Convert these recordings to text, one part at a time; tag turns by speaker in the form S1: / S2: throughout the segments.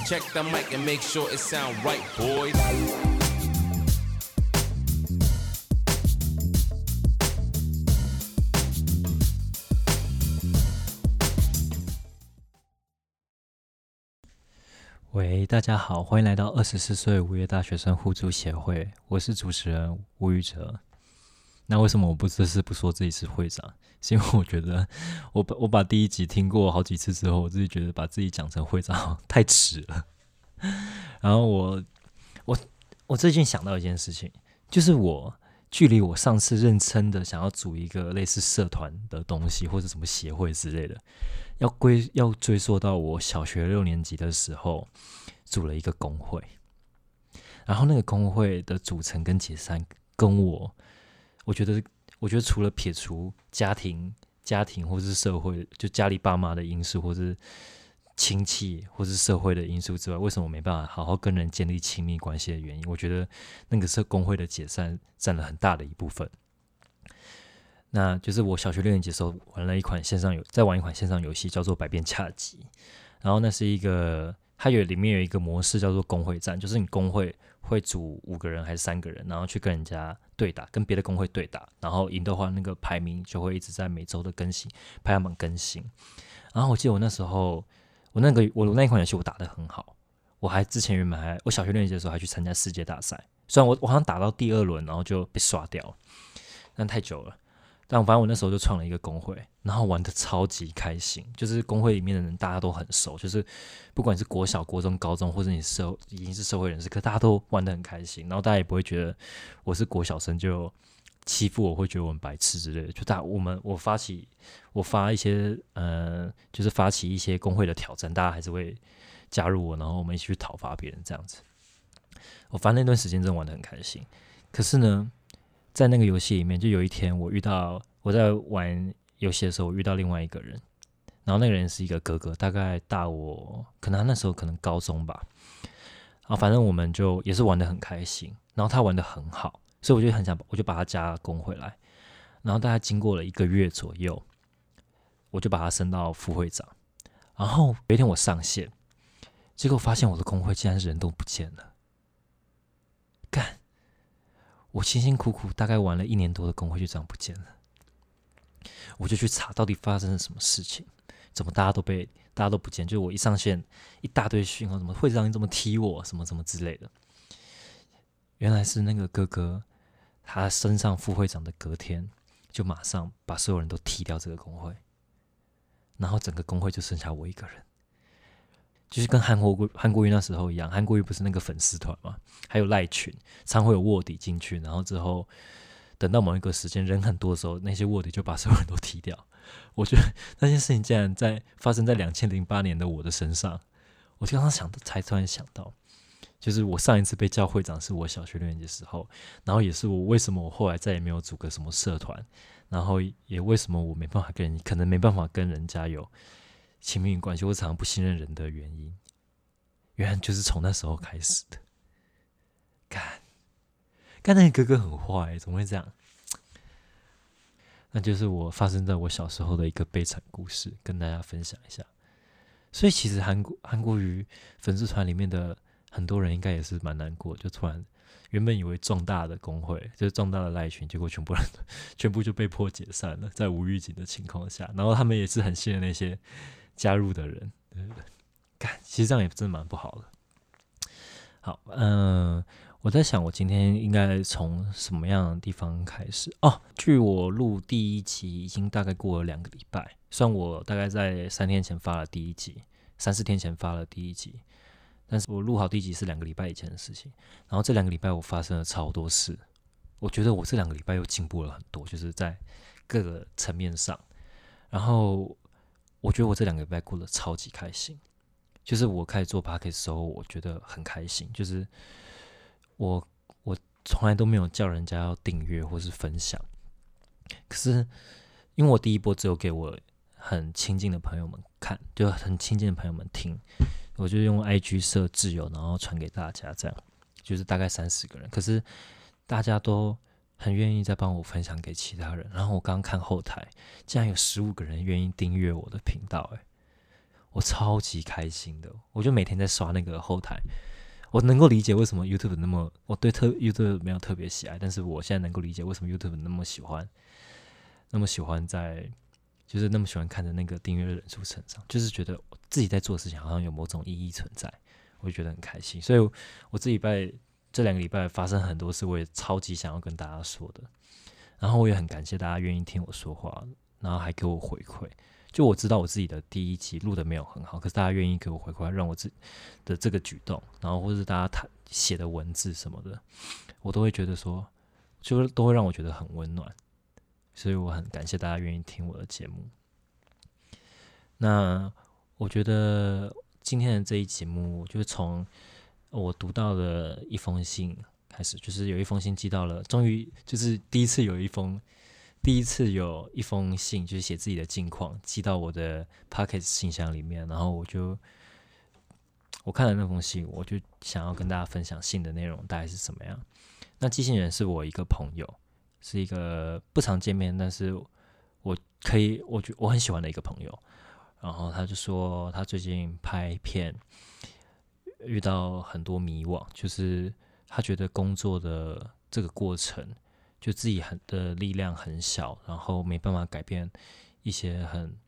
S1: Check the mic and make sure it sound right, boys.
S2: 喂，大家好，欢迎来到24岁无业大学生互助协会，我是主持人吴宇哲。那为什么我这次不说自己是会长？是因为我觉得我把第一集听过好几次之后，我自己觉得把自己讲成会长太迟了。然后我最近想到一件事情，就是距离我上次认真的想要组一个类似社团的东西，或者什么协会之类的，要追溯到我小学6年级的时候组了一个工会。然后那个工会的组成跟解散跟我觉得除了撇除家庭或是社会，就家里爸妈的因素，或是亲戚或是社会的因素之外，为什么我没办法好好跟人建立亲密关系的原因，我觉得那个是工会的解散占了很大的一部分。那就是我小学6年级的时候玩一款线上游戏，叫做百变恰吉。然后那是一个，它里面有一个模式叫做工会战，就是你工会会组5个人还是3个人，然后去跟人家对打，跟别的工会对打，然后赢的话，那个排名就会一直在每周的排行榜更新。然后我记得我那时候，我那一款游戏我打得很好，我小学6年级的时候还去参加世界大赛，虽然我好像打到第2轮，然后就被刷掉了，但太久了。但反正我那时候就创了一个工会，然后玩得超级开心，就是工会里面的人大家都很熟，就是不管是国小、国中、高中，或者你已经是社会人士，可大家都玩得很开心，然后大家也不会觉得我是国小生就欺负我，会觉得我很白痴之类的。就我发一些就是发起一些工会的挑战，大家还是会加入我，然后我们一起去讨伐别人这样子。我反正那段时间真的玩得很开心，可是呢，在那个游戏里面，就有一天我在玩游戏的时候，我遇到另外一个人，然后那个人是一个哥哥，大概大我，可能他那时候可能高中吧。然后反正我们就也是玩得很开心，然后他玩得很好，所以我就把他加工回来。然后大概经过了1个月左右，我就把他升到副会长。然后有一天我上线，结果发现我的工会竟然人都不见了。干！我辛辛苦苦大概玩了1年多的工会就这样不见了，我就去查到底发生了什么事情，怎么大家都不见？就我一上线，一大堆讯号，什么会长你怎么踢我，什么什么之类的。原来是那个哥哥，他升上副会长的隔天，就马上把所有人都踢掉这个工会，然后整个工会就剩下我一个人。就是跟韩国瑜那时候一样，韩国瑜不是那个粉丝团嘛，还有赖群，常会有卧底进去，然后之后等到某一个时间人很多的时候，那些卧底就把所有人都踢掉。我觉得那件事情竟然发生在2008年的我的身上，我刚刚才突然想到，就是我上一次被叫会长是我小学6年级的时候，然后也是为什么我后来再也没有组个什么社团，然后也为什么我可能没办法跟人家有亲密关系，我常常不信任人的原因，原来就是从那时候开始的。干那个哥哥很坏，怎么会这样？那就是发生在我小时候的一个悲惨故事，跟大家分享一下。所以其实韩国瑜粉丝团里面的很多人应该也是蛮难过，就突然原本以为壮大的工会，就是壮大的赖群，结果全部就被迫解散了，在无预警的情况下，然后他们也是很信任那些加入的人，对不对？其实这样也真的蛮不好的。好，我在想我今天应该从什么样的地方开始哦？距我录第1集已经大概过了2个礼拜，虽然我大概在3天前发了第1集，3、4天前发了第1集，但是我录好第1集是2个礼拜以前的事情。然后这2个礼拜我发生了超多事，我觉得我这2个礼拜又进步了很多，就是在各个层面上。然后我觉得我这2个礼拜过得超级开心，就是我开始做 podcast 的时候，我觉得很开心，就是我从来都没有叫人家要订阅或是分享，可是因为我第一波只有给我很亲近的朋友们看，就很亲近的朋友们听，我就用 IG 设自由，然后传给大家，这样就是大概30个人，可是大家都很愿意再帮我分享给其他人。然后我刚刚看后台，竟然有15个人愿意订阅我的频道， 我超级开心的。我就每天在刷那个后台，我能够理解为什么 YouTube 我对YouTube 没有特别喜爱，但是我现在能够理解为什么 YouTube 那么喜欢就是那么喜欢看着那个订阅人数成长，就是觉得自己在做的事情好像有某种意义存在，我就觉得很开心。所以我这2个礼拜发生很多事，我也超级想要跟大家说的。然后我也很感谢大家愿意听我说话，然后还给我回馈。就我知道我自己的第一集录的没有很好，可是大家愿意给我回馈，让我自己的这个举动，然后或是大家写的文字什么的，我都会觉得说，就都会让我觉得很温暖。所以我很感谢大家愿意听我的节目。那我觉得今天的这一节目，就是从我读到的一封信开始，就是有一封信寄到了，终于就是第一次有一封信，就是写自己的近况寄到我的 Podcast 信箱里面，然后我看了那封信，我就想要跟大家分享信的内容大概是什么样。那寄信人是我一个朋友，是一个不常见面，但是我很喜欢的一个朋友。然后他就说他最近拍片遇到很多迷惘，就是他觉得工作的这个过程，就自己的力量很小，然后没办法改变一些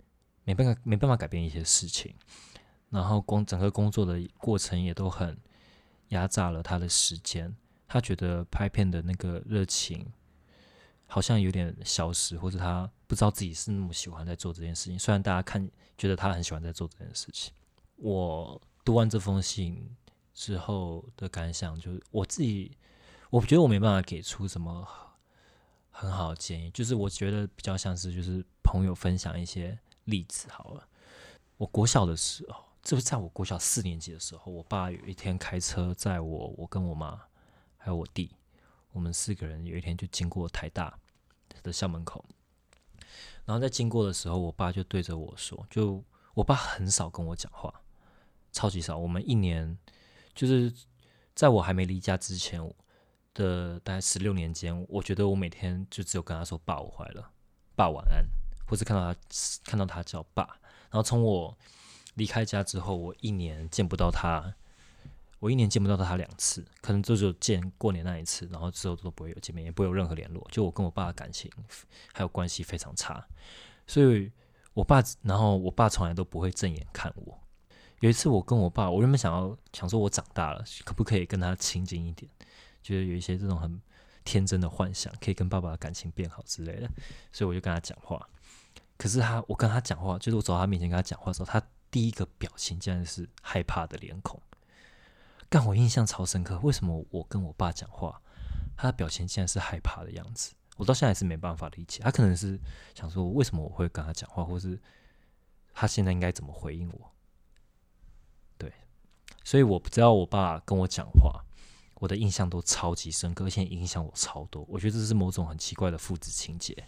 S2: 事情，然后整个工作的过程也都很压榨了他的时间。他觉得拍片的那个热情好像有点消失，或者他不知道自己是那么喜欢在做这件事情。虽然大家觉得他很喜欢在做这件事情。我读完这封信之后的感想，就是我觉得我没办法给出什么很好的建议，就是我觉得比较像是就是朋友分享一些例子好了。我国小的时候，这不是在我国小4年级的时候，我爸有一天开车载我跟我妈还有我弟，我们4个人有一天就经过台大的校门口，然后在经过的时候，我爸就对着我说，就我爸很少跟我讲话，超级少。我们1年就是在我还没离家之前的大概16年间，我觉得我每天就只有跟他说爸我坏了，爸晚安，或是看到他叫爸。然后从我离开家之后，我1年见不到他2次，可能就只有见过年那一次，然后之后都不会有见面，也不会有任何联络。就我跟我爸的感情还有关系非常差，所以我爸从来都不会正眼看我。有一次我跟我爸，我原本想说我长大了，可不可以跟他亲近一点，觉得有一些这种很天真的幻想，可以跟爸爸的感情变好之类的，所以我就跟他讲话。可是我跟他讲话，就是我走到他面前跟他讲话的时候，他第一个表情竟然是害怕的脸孔。但我印象超深刻，为什么我跟我爸讲话，他的表情竟然是害怕的样子？我到现在还是没办法理解。他可能是想说，为什么我会跟他讲话，或是他现在应该怎么回应我？对，所以我只要我爸跟我讲话，我的印象都超级深刻，而且影响我超多。我觉得这是某种很奇怪的父子情节。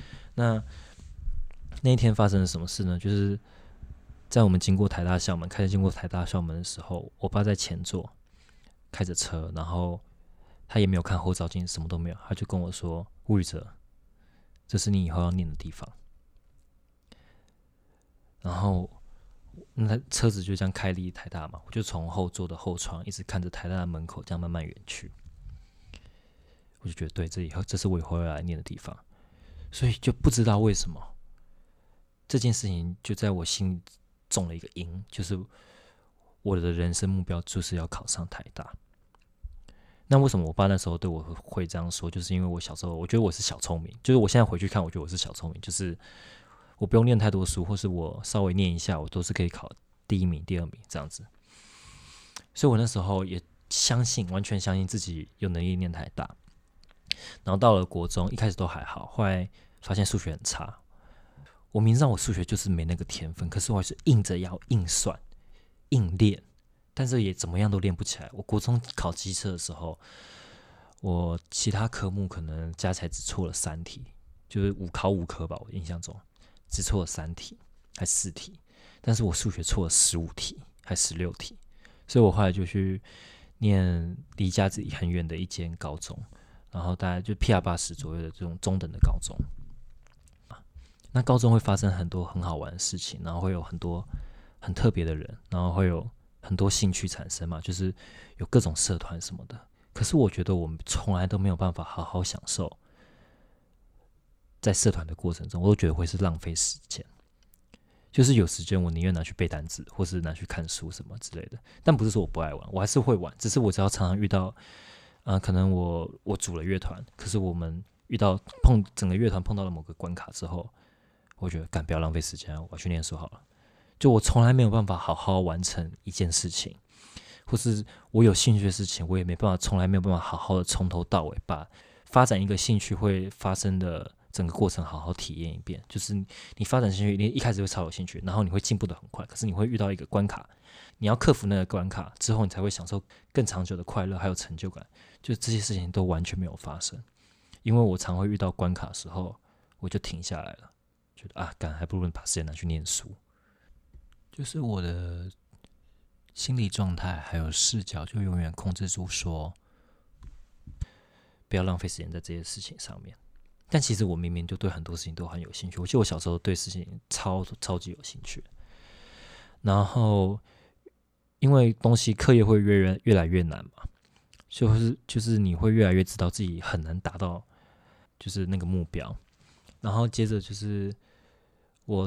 S2: 那一天发生了什么事呢？就是在我们开始经过台大校门的时候，我爸在前座开着车，然后他也没有看后照镜，什么都没有，他就跟我说：“吴宇哲，这是你以后要念的地方。”然后那车子就这样开离台大嘛，我就从后座的后窗一直看着台大的门口，这样慢慢远去。我就觉得对，这是我以后要来念的地方，所以就不知道为什么这件事情就在我心里中了一个因，就是我的人生目标就是要考上台大。那为什么我爸那时候对我会这样说？就是因为我小时候我觉得我是小聪明，就是我现在回去看，我觉得我是小聪明，就是我不用念太多书，或是我稍微念一下，我都是可以考第1名、第2名这样子。所以我那时候也完全相信自己有能力念台大。然后到了国中，一开始都还好，后来发现数学很差。我明知道我数学就是没那个天分，可是我还是硬着要硬算、硬练，但是也怎么样都练不起来。我国中考机测的时候，我其他科目可能加起来只错了3题，就是考5科吧，我印象中只错了3题还4题，但是我数学错了15题还16题，所以我后来就去念离家自己很远的一间高中，然后大概就 PR80左右的这种中等的高中。那高中会发生很多很好玩的事情，然后会有很多很特别的人，然后会有很多兴趣产生嘛，就是有各种社团什么的。可是我觉得我们从来都没有办法好好享受在社团的过程中，我都觉得会是浪费时间。就是有时间我宁愿拿去背单词，或是拿去看书什么之类的。但不是说我不爱玩，我还是会玩，只是我只要常常遇到，可能我组了乐团，可是我们遇到整个乐团碰到了某个关卡之后，我觉得不要浪费时间，我要去念书好了。就我从来没有办法好好完成一件事情，或是我有兴趣的事情，我也从来没有办法好好的从头到尾把发展一个兴趣会发生的整个过程好好体验一遍。就是你发展兴趣，你一开始会超有兴趣，然后你会进步的很快，可是你会遇到一个关卡，你要克服那个关卡之后，你才会享受更长久的快乐还有成就感。就这些事情都完全没有发生，因为我常会遇到关卡的时候，我就停下来了，觉得还不如把时间拿去念书。就是我的心理状态还有视角，就永远控制住说，不要浪费时间在这些事情上面。但其实我明明就对很多事情都很有兴趣，我记得我小时候对事情超级有兴趣。然后因为课业会越来越难嘛，就是你会越来越知道自己很难达到就是那个目标。然后接着就是我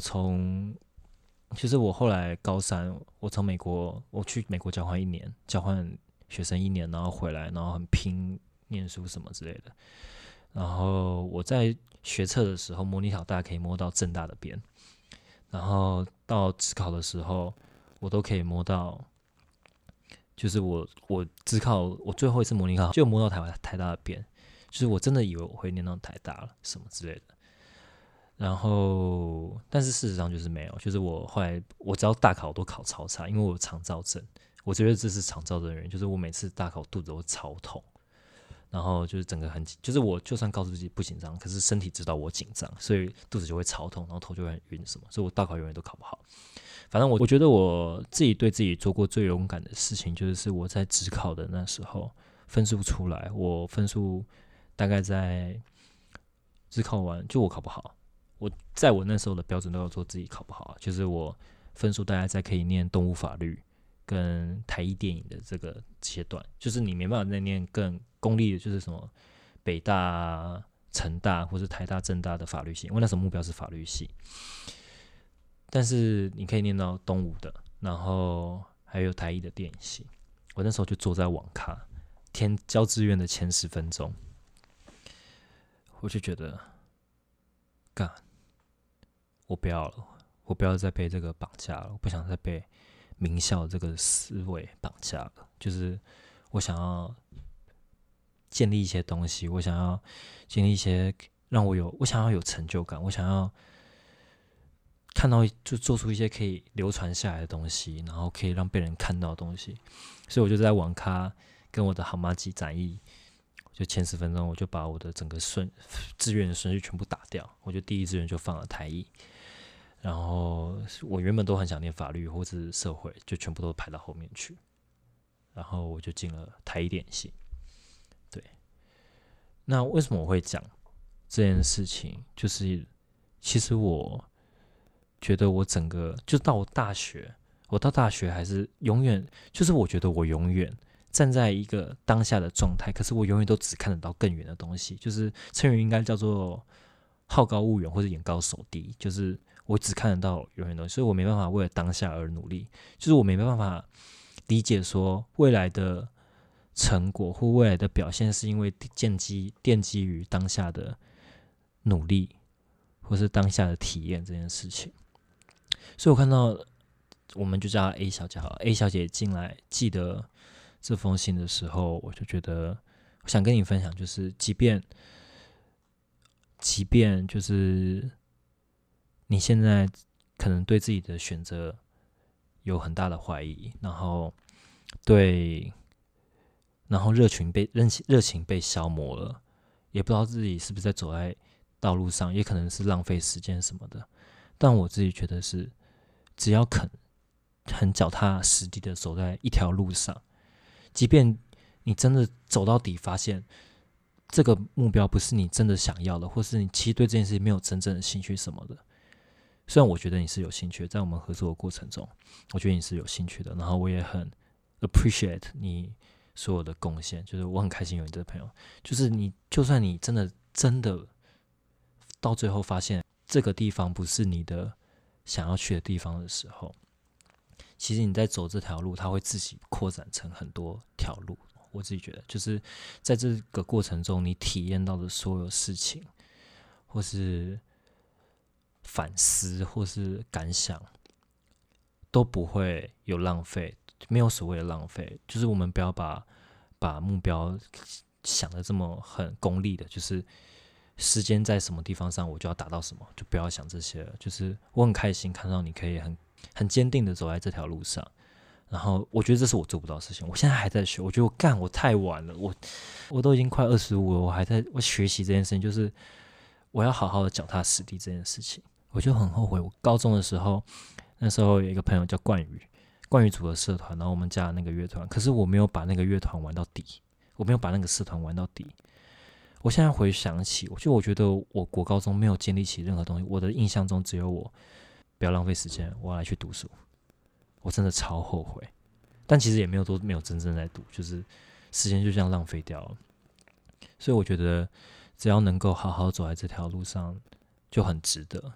S2: 后来高三，我去美国交换学生1年，然后回来，然后很拼念书什么之类的。然后我在学测的时候，模拟考大家可以摸到政大的边，然后到指考的时候，我都可以摸到，就是我指考我最后一次模拟考就摸到台大的边，就是我真的以为我会念到台大了什么之类的。然后，但是事实上就是没有，就是我后来我只要大考都考超差，因为我有肠躁症，我觉得这是肠躁症的原因，就是我每次大考肚子都会超痛，然后就是整个就是我就算告诉自己不紧张，可是身体知道我紧张，所以肚子就会超痛，然后头就会很晕什么，所以我大考永远都考不好。反正我觉得我自己对自己做过最勇敢的事情，就是我在指考的那时候分数出来，我分数大概在指考完就我考不好。在我那时候的标准都要说自己考不好，就是我分数大概在可以念动物法律跟台艺电影的这个阶段，就是你没办法再念更公立的，就是什么北大、成大或是台大、政大的法律系，因为那时候目标是法律系。但是你可以念到东吴的，然后还有台艺的电影系。我那时候就坐在网咖交志愿的前10分钟，我就觉得我不要了，我不要再被这个绑架了，我不想再被名校这个思维绑架了。就是我想要建立一些东西，我想要建立一些我想要有成就感，我想要看到就做出一些可以流传下来的东西，然后可以让被人看到的东西。所以我就在网咖跟我的好麻吉展翼，就前10分钟我就把我的整个志愿的顺序全部打掉，我就第一志愿就放了台艺。然后我原本都很想念法律或是社会，就全部都排到后面去。然后我就进了台艺电系。对，那为什么我会讲这件事情？就是其实我觉得我整个就到大学还是永远，就是我觉得我永远站在一个当下的状态，可是我永远都只看得到更远的东西。就是成语应该叫做好高骛远或者眼高手低，就是我只看得到永远的东西，所以我没办法为了当下而努力，就是我没办法理解说未来的成果或未来的表现是因为奠基于当下的努力或是当下的体验这件事情。所以我看到我们就叫她 A 小姐好了， A 小姐进来寄的这封信的时候，我就觉得我想跟你分享，就是即便就是你现在可能对自己的选择有很大的怀疑，然后热情被消磨了，也不知道自己是不是在走在道路上，也可能是浪费时间什么的。但我自己觉得是，只要很脚踏实地的走在一条路上，即便你真的走到底，发现这个目标不是你真的想要的，或是你其实对这件事情没有真正的兴趣什么的， 虽然我觉得你是有兴趣的，在我们合作的过程中，我觉得你是有兴趣的，然后我也很 appreciate 你所有的贡献，就是我很开心有你这个朋友，就是你就算你真的到最后发现这个地方不是你的想要去的地方的时候，其实你在走这条路，它会自己扩展成很多条路。我自己觉得，就是在这个过程中，你体验到的所有事情，或是反思，或是感想，都不会有浪费，没有所谓的浪费。就是我们不要把目标想的这么很功利的，就是时间在什么地方上，我就要达到什么，就不要想这些了。就是我很开心看到你可以很坚定的走在这条路上。然后我觉得这是我做不到的事情，我现在还在学。我觉得我太晚了，我都已经快25了，我还在学习这件事情，就是我要好好的脚踏实地这件事情。我就很后悔，我高中的时候，那时候有一个朋友叫冠宇组的社团，然后我们加了那个乐团，可是我没有把那个乐团玩到底，我没有把那个社团玩到底。我现在回想起，我觉得我国高中没有建立起任何东西，我的印象中只有我不要浪费时间，我要来去读书。我真的超后悔，但其实也没有真正在读，就是时间就这样浪费掉了。所以我觉得，只要能够好好走在这条路上，就很值得。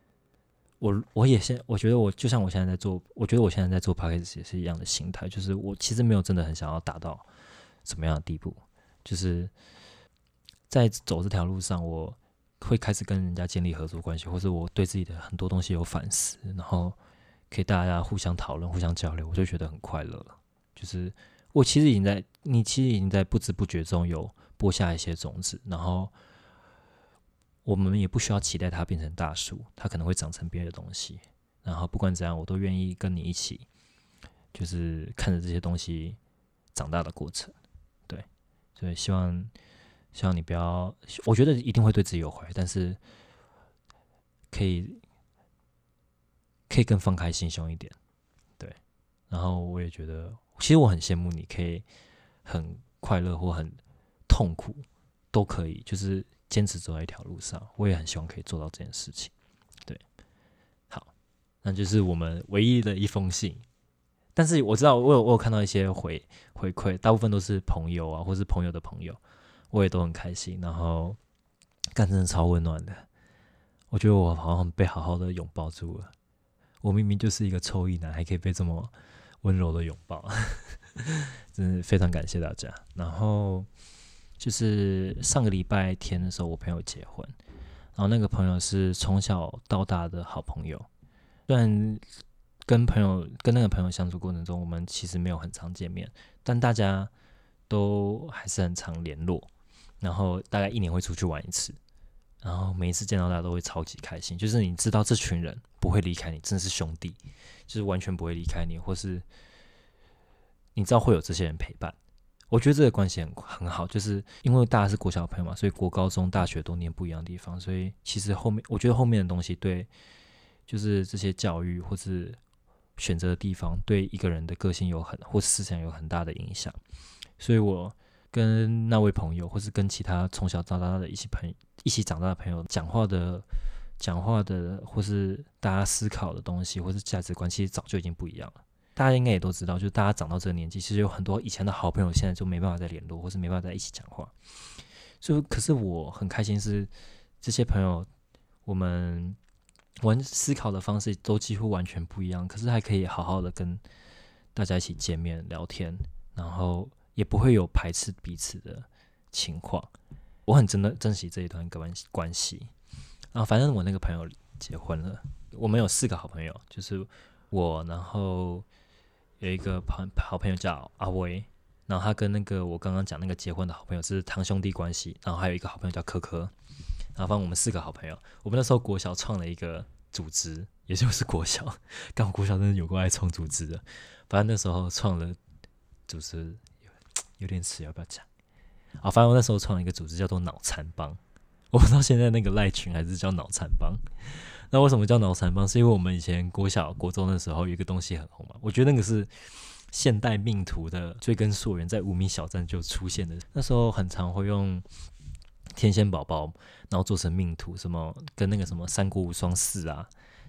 S2: 我觉得我就像我现在在做，我觉得我现在在做 podcast 也是一样的心态，就是我其实没有真的很想要达到什么样的地步，就是在走这条路上，我会开始跟人家建立合作关系，或者我对自己的很多东西有反思，然后可以大家互相讨论、互相交流，我就觉得很快乐了。就是你其实已经在不知不觉中有播下一些种子，然后我们也不需要期待它变成大树，它可能会长成别的东西。然后不管怎样，我都愿意跟你一起，就是看着这些东西长大的过程。对，所以希望你不要，我觉得一定会对自己有坏，但是可以更放开心胸一点，对。然后我也觉得，其实我很羡慕你可以很快乐或很痛苦都可以，就是坚持走在一条路上。我也很希望可以做到这件事情，对。好，那就是我们唯一的一封信。但是我知道，我有看到一些回馈，大部分都是朋友啊，或是朋友的朋友，我也都很开心。然后，真的超温暖的，我觉得我好像被好好的拥抱住了。我明明就是一个臭意男，还可以被这么温柔的拥抱，真的非常感谢大家。然后就是上个礼拜天的时候，我朋友结婚，然后那个朋友是从小到大的好朋友，虽然跟那个朋友相处过程中，我们其实没有很常见面，但大家都还是很常联络，然后大概1年会出去玩一次。然后每一次见到大家都会超级开心，就是你知道这群人不会离开你，真的是兄弟，就是完全不会离开你，或是你知道会有这些人陪伴。我觉得这个关系很好，就是因为大家是国小朋友嘛，所以国高中大学都念不一样的地方，所以其实我觉得后面的东西对，就是这些教育或是选择的地方，对一个人的个性或思想有很大的影响。所以我跟那位朋友，或是跟其他从小到大的一起长大的朋友讲话的，或是大家思考的东西，或是价值观，其实早就已经不一样了。大家应该也都知道，就是大家长到这个年纪，其实有很多以前的好朋友，现在就没办法再联络，或是没办法在一起讲话。所以，可是我很开心是这些朋友，我们思考的方式都几乎完全不一样，可是还可以好好的跟大家一起见面聊天，然后也不会有排斥彼此的情况。我很珍惜这一段关系。然后反正我那个朋友结婚了，我们有4个好朋友，就是我，然后有一个好朋友叫阿威，然后他跟那个我刚刚讲那个结婚的好朋友是堂兄弟关系，然后还有一个好朋友叫科科，然后反正我们4个好朋友，我们那时候国小创了一个组织，也就是国小，刚国小真的有过爱创组织的，反正那时候创了组织，有点迟，要不要讲？反正我那时候创了一个组织叫做脑残帮，我不知道现在那个赖群还是叫脑残帮。那为什么叫脑残帮？是因为我们以前国小、国中的时候有一个东西很红嘛，我觉得那个是现代命途的追根溯源，在无名小站就出现的。那时候很常会用天线宝宝，然后做成命途，什么跟那个什么三国无双4啊，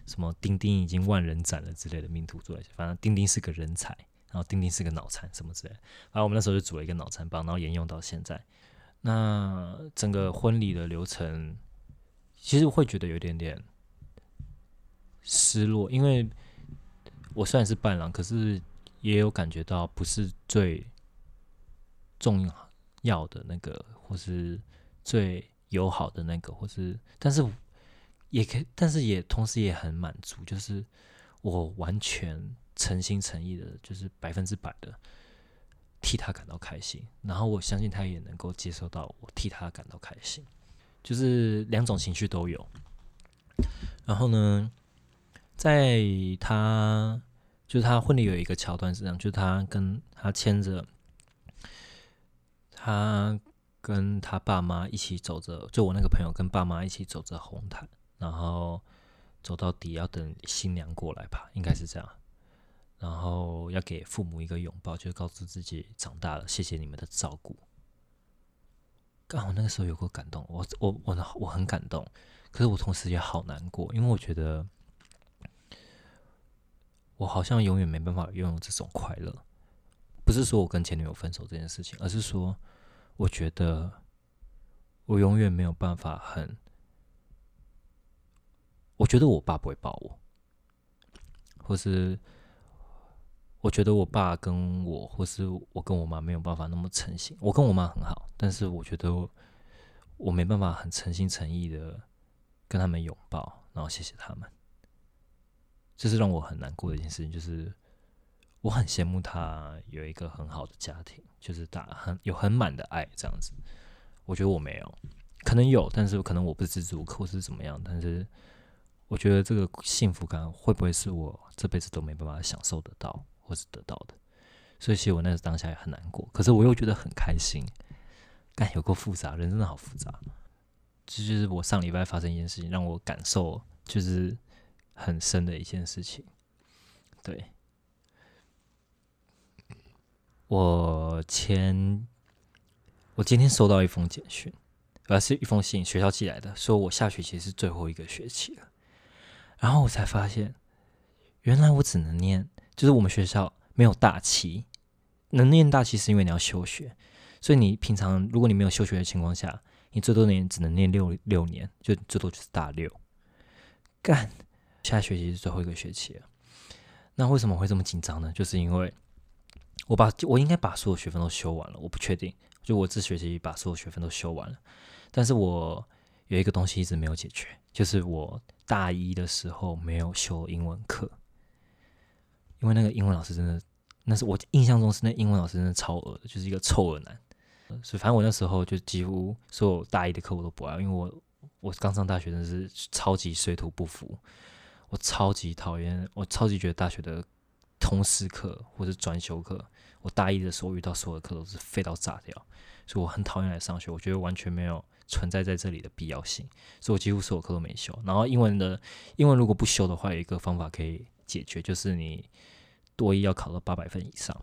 S2: 什么丁丁已经万人斩了之类的命图做一些，反正丁丁是个人才，然后丁丁是个脑残什么之类的。然后我们那时候就组了一个脑残帮，然后沿用到现在。那整个婚礼的流程，其实我会觉得有点点失落，因为我虽然是伴郎，可是也有感觉到不是最重要的那个，或是最友好的那个，或是，但是也可以，但是也同时也很满足，就是我完全诚心诚意的，就是100%的替他感到开心，然后我相信他也能够接受到我替他感到开心，就是两种情绪都有。然后呢，在他婚礼有一个桥段是这样，就是他牵着他跟他爸妈一起走着，就我那个朋友跟爸妈一起走着红毯，然后走到底要等新娘过来吧，应该是这样。然后要给父母一个拥抱，就是告诉自己长大了，谢谢你们的照顾。我那个时候有过感动，我很感动，可是我同时也好难过，因为我觉得我好像永远没办法拥有这种快乐。不是说我跟前女友分手这件事情，而是说我觉得我永远没有办法我觉得我爸不会抱我，或是我觉得我爸跟我，或是我跟我妈没有办法那么诚心。我跟我妈很好，但是我觉得我没办法很诚心诚意的跟他们拥抱，然后谢谢他们。这是让我很难过的一件事情，就是我很羡慕他有一个很好的家庭，就是有很满的爱这样子。我觉得我没有，可能有，但是可能我不知足，或是怎么样。但是我觉得这个幸福感会不会是我这辈子都没办法享受得到，或是得到的？所以其实我那个当下也很难过，可是我又觉得很开心。干，有够复杂，人真的好复杂。这就是我上礼拜发生一件事情，让我感受就是很深的一件事情。对，我今天收到一封简讯，是一封信，学校寄来的，说我下学期是最后一个学期了。然后我才发现，原来我只能念，就是我们学校没有大七，能念大七是因为你要休学，所以你平常如果你没有休学的情况下，你最多只能念六年，就最多就是大6。干，下学期是最后一个学期了。那为什么会这么紧张呢？就是因为我应该把所有学分都修完了，我不确定，就我这学期把所有学分都修完了，但是我有一个东西一直没有解决，就是我大1的时候没有修英文课，因为那个英文老师真的，那是我印象中是那英文老师真的超恶的，就是一个臭恶男。所以反正我那时候就几乎所有大1的课我都不爱，因为我刚上大学真的是超级水土不服，我超级讨厌，我超级觉得大学的通识课或者专修课，我大1的时候遇到所有的课都是废到炸掉，所以我很讨厌来上学，我觉得完全没有存在这里的必要性，所以我几乎所有课都没修。然后英文如果不修的话，有一个方法可以解决，就是你多1要考到800分以上。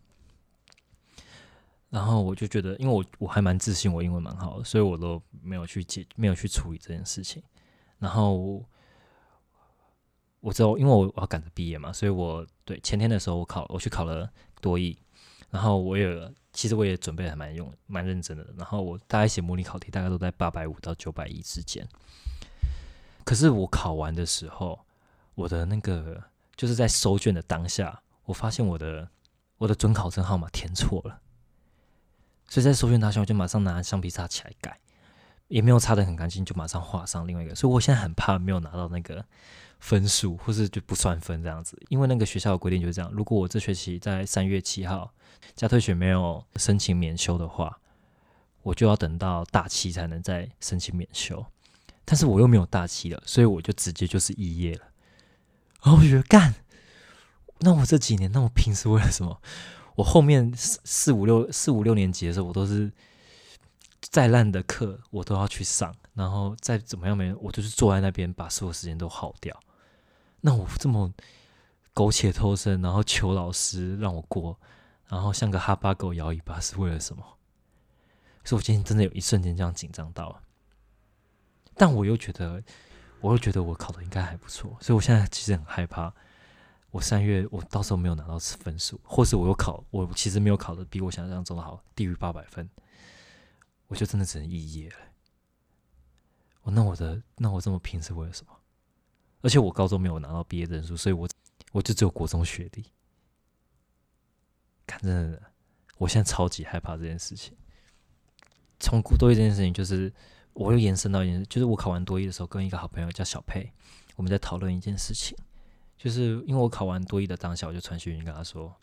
S2: 然后我就觉得，因为我还蛮自信，我英文蛮好的，所以我都没有去处理这件事情。然后我知道，因为我要赶着毕业嘛，所以对前天的时候我去考了多益，然后其实我也准备还蛮认真的。然后我大概写模拟考题，大概都在850到910之间。可是我考完的时候，我的那个就是在收卷的当下，我发现我的准考证号码填错了。所以在收卷当下，我就马上拿橡皮擦起来改，也没有擦得很干净，就马上画上另外一个。所以我现在很怕没有拿到那个分数，或是就不算分这样子。因为那个学校的规定就是这样，如果我这学期在3月7号加退学没有申请免修的话，我就要等到大7才能再申请免修。但是我又没有大7了，所以我就直接就是肄业了。然后我觉得干，那我这几年那么拼是为了什么？我后面4、5、6年级的时候，我都是再烂的课我都要去上，然后再怎么样我就是坐在那边把所有时间都耗掉。那我这么苟且偷生，然后求老师让我过，然后像个哈巴狗摇尾巴是为了什么？所以我今天真的有一瞬间这样紧张到了，但我又觉得我会觉得我考的应该还不错，所以我现在其实很害怕，我3月我到时候没有拿到分数，或是我其实没有考的比我想象中的好，低于800分，我就真的只能肄业了。那我这么拼是为了什么？而且我高中没有拿到毕业证书，所以我就只有国中学历。看真的，我现在超级害怕这件事情。从多益这件事情，就是我又延伸到一件事，就是我考完多益的时候，跟一个好朋友叫小佩，我们在讨论一件事情，就是因为我考完多益的当下，我就传讯息跟他说：“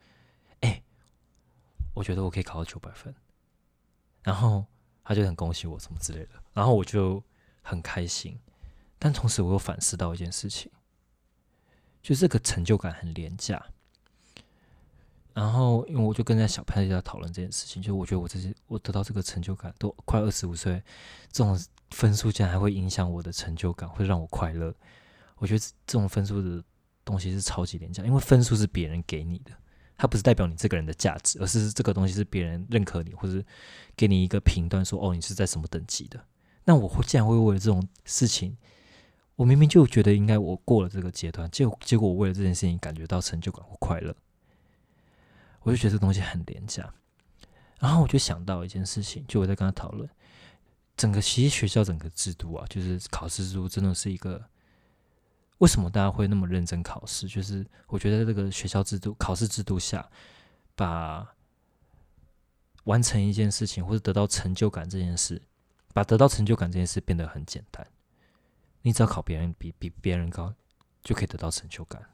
S2: 我觉得我可以考到900分。”然后他就很恭喜我什么之类的，然后我就很开心。但同时我又反思到一件事情，就是这个成就感很廉价。然后，因为我就跟在小佩在讨论这件事情，就我觉得我得到这个成就感，都快25岁，这种分数竟然还会影响我的成就感，会让我快乐。我觉得这种分数的东西是超级廉价，因为分数是别人给你的，它不是代表你这个人的价值，而是这个东西是别人认可你，或者给你一个评断说，哦，你是在什么等级的。那我竟然会为了这种事情，我明明就觉得应该我过了这个阶段，结果我为了这件事情感觉到成就感或快乐。我就觉得这个东西很廉价，然后我就想到一件事情，就我在跟他讨论，其实学校整个制度啊，就是考试制度真的是一个，为什么大家会那么认真考试？就是我觉得这个学校制度、考试制度下，把完成一件事情或者得到成就感这件事，把得到成就感这件事变得很简单，你只要考别人比别人高，就可以得到成就感。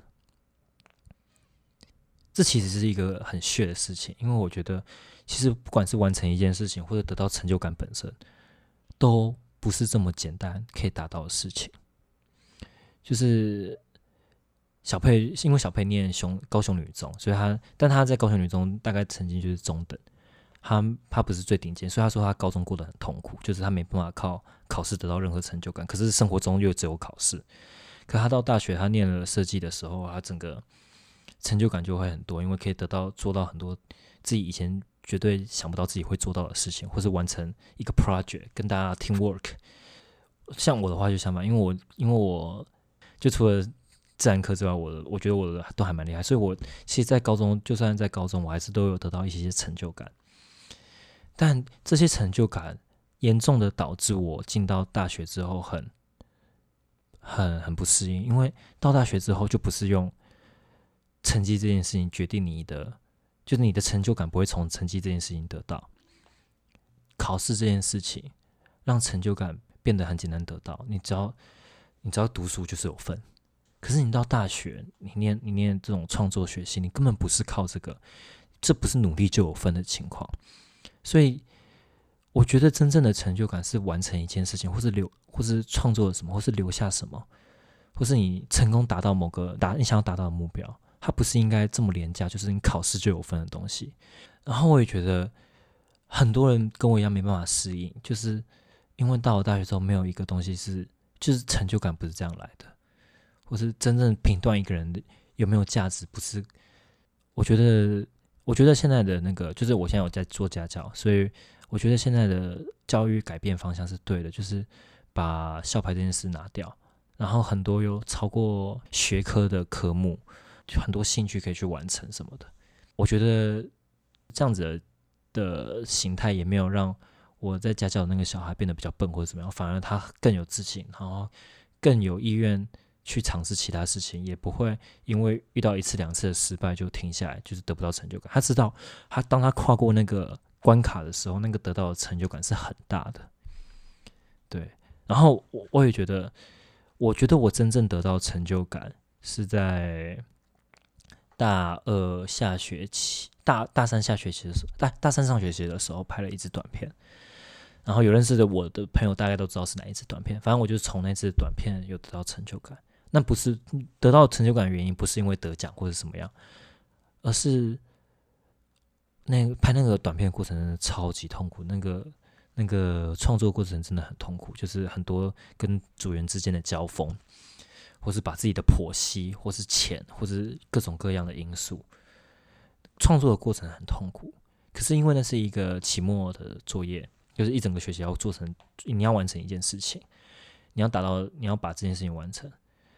S2: 这其实是一个很炫的事情，因为我觉得，其实不管是完成一件事情，或者得到成就感本身，都不是这么简单可以达到的事情。就是小佩，因为小佩念高雄女中，所以但他在高雄女中大概成绩就是中等，他不是最顶尖，所以他说他高中过得很痛苦，就是他没办法靠考试得到任何成就感，可是生活中又只有考试。可他到大学，他念了设计的时候，他整个成就感就会很多，因为可以做到很多自己以前绝对想不到自己会做到的事情，或是完成一个 project 跟大家 teamwork。像我的话就相反，因为我就除了自然科之外，我觉得我的都还蛮厉害，所以我其实在高中，就算在高中，我还是都有得到一些成就感。但这些成就感严重的导致我进到大学之后很不适应，因为到大学之后就不是用成绩这件事情决定就是你的成就感不会从成绩这件事情得到。考试这件事情让成就感变得很简单得到，你只要读书就是有分。可是你到大学，你念这种创作学系，你根本不是靠这不是努力就有分的情况。所以我觉得真正的成就感是完成一件事情，或是创作了什么，或是留下什么，或是你成功达到你想要达到的目标。它不是应该这么廉价，就是你考试就有分的东西。然后我也觉得很多人跟我一样没办法适应，就是因为到了大学之后，没有一个东西就是成就感不是这样来的，或是真正评断一个人有没有价值，不是。我觉得现在的就是我现在有在做家教，所以我觉得现在的教育改变方向是对的，就是把校排这件事拿掉，然后很多有超过学科的科目，就很多兴趣可以去完成什么的。我觉得这样子的形态也没有让我在家教的那个小孩变得比较笨或者怎么样，反而他更有自信，然后更有意愿去尝试其他事情，也不会因为遇到1次2次的失败就停下来，就是得不到成就感。他知道当他跨过那个关卡的时候，那个得到的成就感是很大的。对，然后我也觉得，我真正得到成就感是在大2下学期、大3下学期的时候，大3上学期的时候拍了一支短片。然后有认识的我的朋友大概都知道是哪一支短片，反正我就从那支短片有得到成就感。那不是得到成就感的原因，不是因为得奖或者什么样，而是拍那个短片的过程真的超级痛苦，那个创作过程真的很痛苦，就是很多跟组员之间的交锋，或是把自己的剖析，或是钱，或是各种各样的因素，创作的过程很痛苦。可是因为那是一个期末的作业，就是一整个学期要做成，你要完成一件事情， 你要把这件事情完成。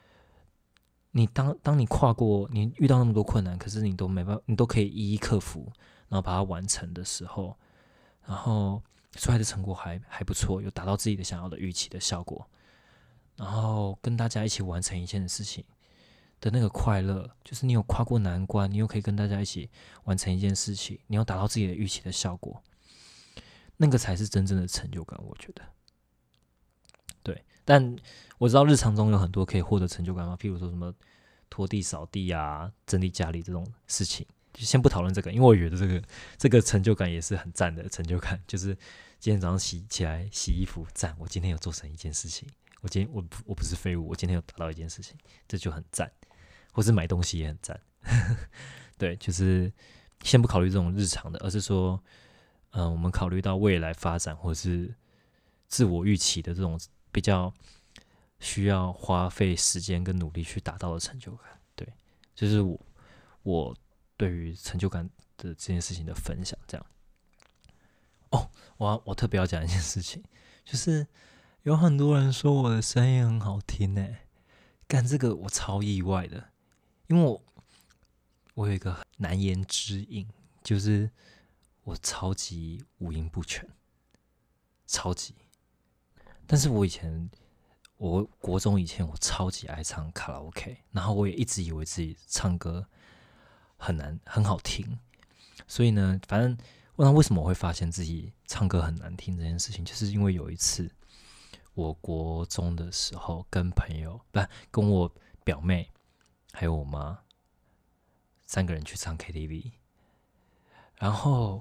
S2: 当你跨过，你遇到那么多困难，可是你都没办法，你都可以一一克服，然后把它完成的时候，然后出来的成果还不错，有达到自己的想要的预期的效果，然后跟大家一起完成一件事情的那个快乐，就是你有跨过难关，你又可以跟大家一起完成一件事情，你有达到自己的预期的效果，那个才是真正的成就感，我觉得。对，但我知道日常中有很多可以获得成就感嘛，譬如说什么拖地、扫地啊、整理家里这种事情，就先不讨论这个，因为我觉得这个成就感也是很赞的成就感，就是今天早上起来洗衣服，赞，我今天有做成一件事情，我不是废物，我今天有达到一件事情，这就很赞，或是买东西也很赞，对，就是先不考虑这种日常的，而是说，我们考虑到未来发展或是自我预期的这种比较需要花费时间跟努力去达到的成就感，对，就是我对于成就感的这件事情的分享，这样。哦，我特别要讲一件事情，就是有很多人说我的声音很好听呢，干这个我超意外的，因为我有一个难言之隐，就是我超级五音不全，超级。但是我国中以前我超级爱唱卡拉 OK， 然后我也一直以为自己唱歌很好听，所以呢，反正那为什么我会发现自己唱歌很难听这件事情，就是因为有一次我国中的时候跟我表妹还有我妈3个人去唱 KTV， 然后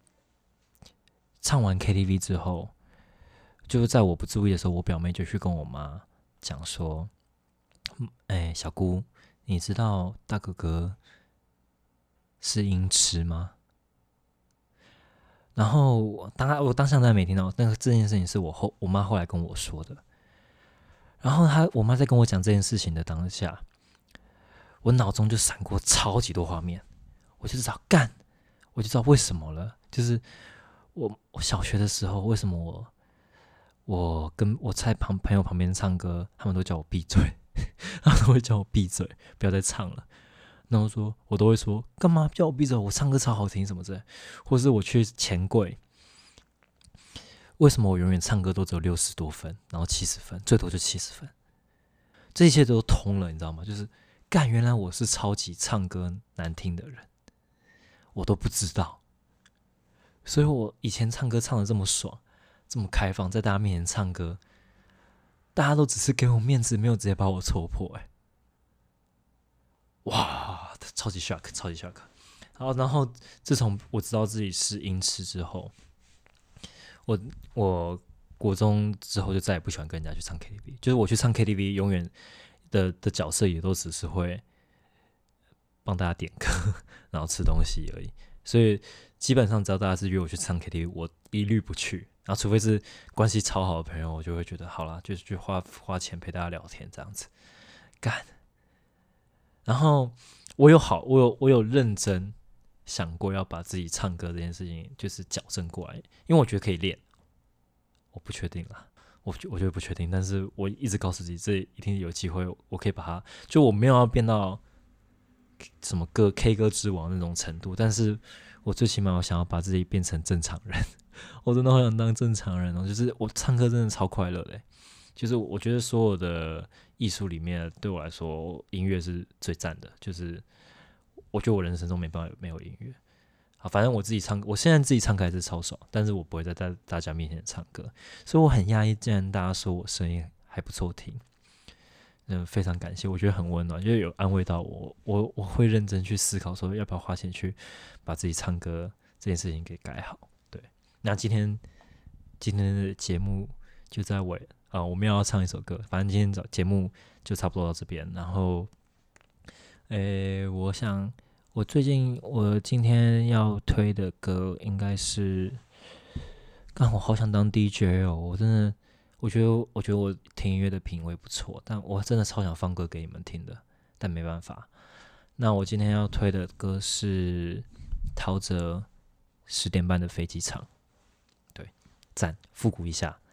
S2: 唱完 KTV 之后，就是在我不注意的时候，我表妹就去跟我妈讲说：“小姑，你知道大哥哥是音痴吗？”然后我当下没听到，这件事情是我妈后来跟我说的。然后我妈在跟我讲这件事情的当下，我脑中就闪过超级多画面，我就知道我就知道为什么了。就是我小学的时候，为什么我在朋友旁边唱歌，他们都叫我闭嘴，他们都会叫我闭嘴，不要再唱了。然后我都会说干嘛叫我闭嘴？我唱歌超好听什么之类，或是我去钱柜，为什么我永远唱歌都只有60多分，然后70分，最多就70分？这一切都通了，你知道吗？就是原来我是超级唱歌难听的人，我都不知道。所以我以前唱歌唱得这么爽，这么开放，在大家面前唱歌，大家都只是给我面子，没有直接把我戳破。哇，超级 shock， 超级 shock。然后自从我知道自己是音痴之后，我国中之后就再也不喜欢跟人家去唱 KTV， 就是我去唱 KTV 永远的角色也都只是会帮大家点歌，然后吃东西而已。所以基本上只要大家是约我去唱 KTV， 我一律不去。然后除非是关系超好的朋友，我就会觉得好啦，就是去花钱陪大家聊天这样子。然后我有认真想过要把自己唱歌这件事情就是矫正过来，因为我觉得可以练。我不确定啦，我觉得不确定，但是我一直告诉自己，这一定有机会，我可以把它，就我没有要变到什么K 歌之王那种程度，但是我最起码我想要把自己变成正常人，我真的好想当正常人哦，就是我唱歌真的超快乐的，就是我觉得所有的艺术里面，对我来说，音乐是最赞的，就是我觉得我人生中没办法没有音乐。好，反正我现在自己唱歌还是超爽，但是我不会在大家面前唱歌，所以我很讶异，竟然大家说我声音还不错听，非常感谢，我觉得很温暖，就有安慰到我会认真去思考，说要不要花钱去把自己唱歌这件事情给改好。对，那今天的节目就在我们要唱一首歌，反正今天节目就差不多到这边，然后，我想。我今天要推的歌应该是，我好想当 DJ 哦！我觉得我听音乐的品味不错，但我真的超想放歌给你们听的，但没办法。那我今天要推的歌是陶喆10点半的飞机场，对，赞，复古一下。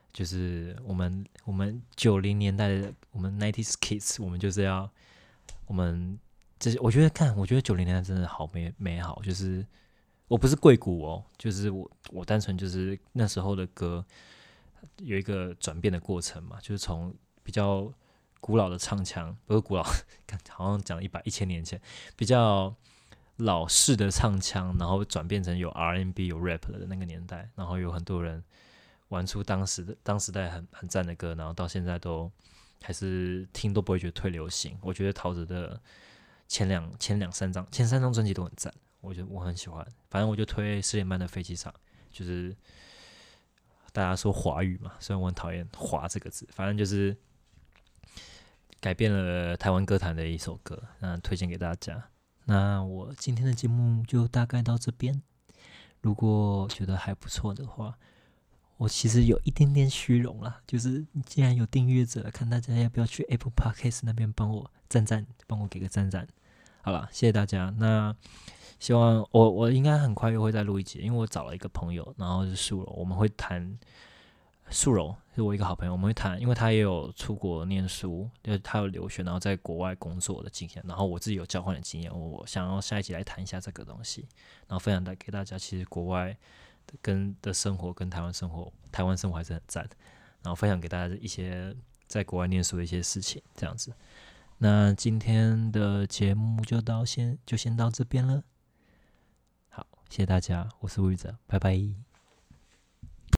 S2: 就是我们90年代的我们 90s kids， 我们就是要我们这些，我觉得90年代真的好美好，就是我不是贵谷哦，就是我单纯就是那时候的歌有一个转变的过程嘛，就是从比较古老的唱腔，不是古老，好像讲1000年前比较老式的唱腔，然后转变成有 R&B 有 rap 的那个年代，然后有很多人玩出当时代很赞的歌，然后到现在都还是听都不会觉得退流行。我觉得陶喆的前三张专辑都很赞，我觉得我很喜欢。反正我就推10点半的飞机场，就是大家说华语嘛，虽然我很讨厌“华”这个字，反正就是改变了台湾歌坛的一首歌，那推荐给大家。那我今天的节目就大概到这边，如果觉得还不错的话，我其实有一点点虚荣啦，就是既然有订阅者，看大家要不要去 Apple Podcast 那边帮我赞，帮我给个赞。好啦，谢谢大家。那希望我应该很快又会再录一集，因为我找了一个朋友，然后是树柔，我们会谈树柔是我一个好朋友，我们会谈，因为他也有出国念书，就是他有留学，然后在国外工作的经验，然后我自己有交换的经验，我想要下一集来谈一下这个东西，然后分享给大家。其实国外的生活跟台湾生活还是很赞，然后分享给大家一些在国外念书的一些事情，这样子。那今天的节目就先到这边了。好，谢谢大家，我是吴宇哲，拜拜。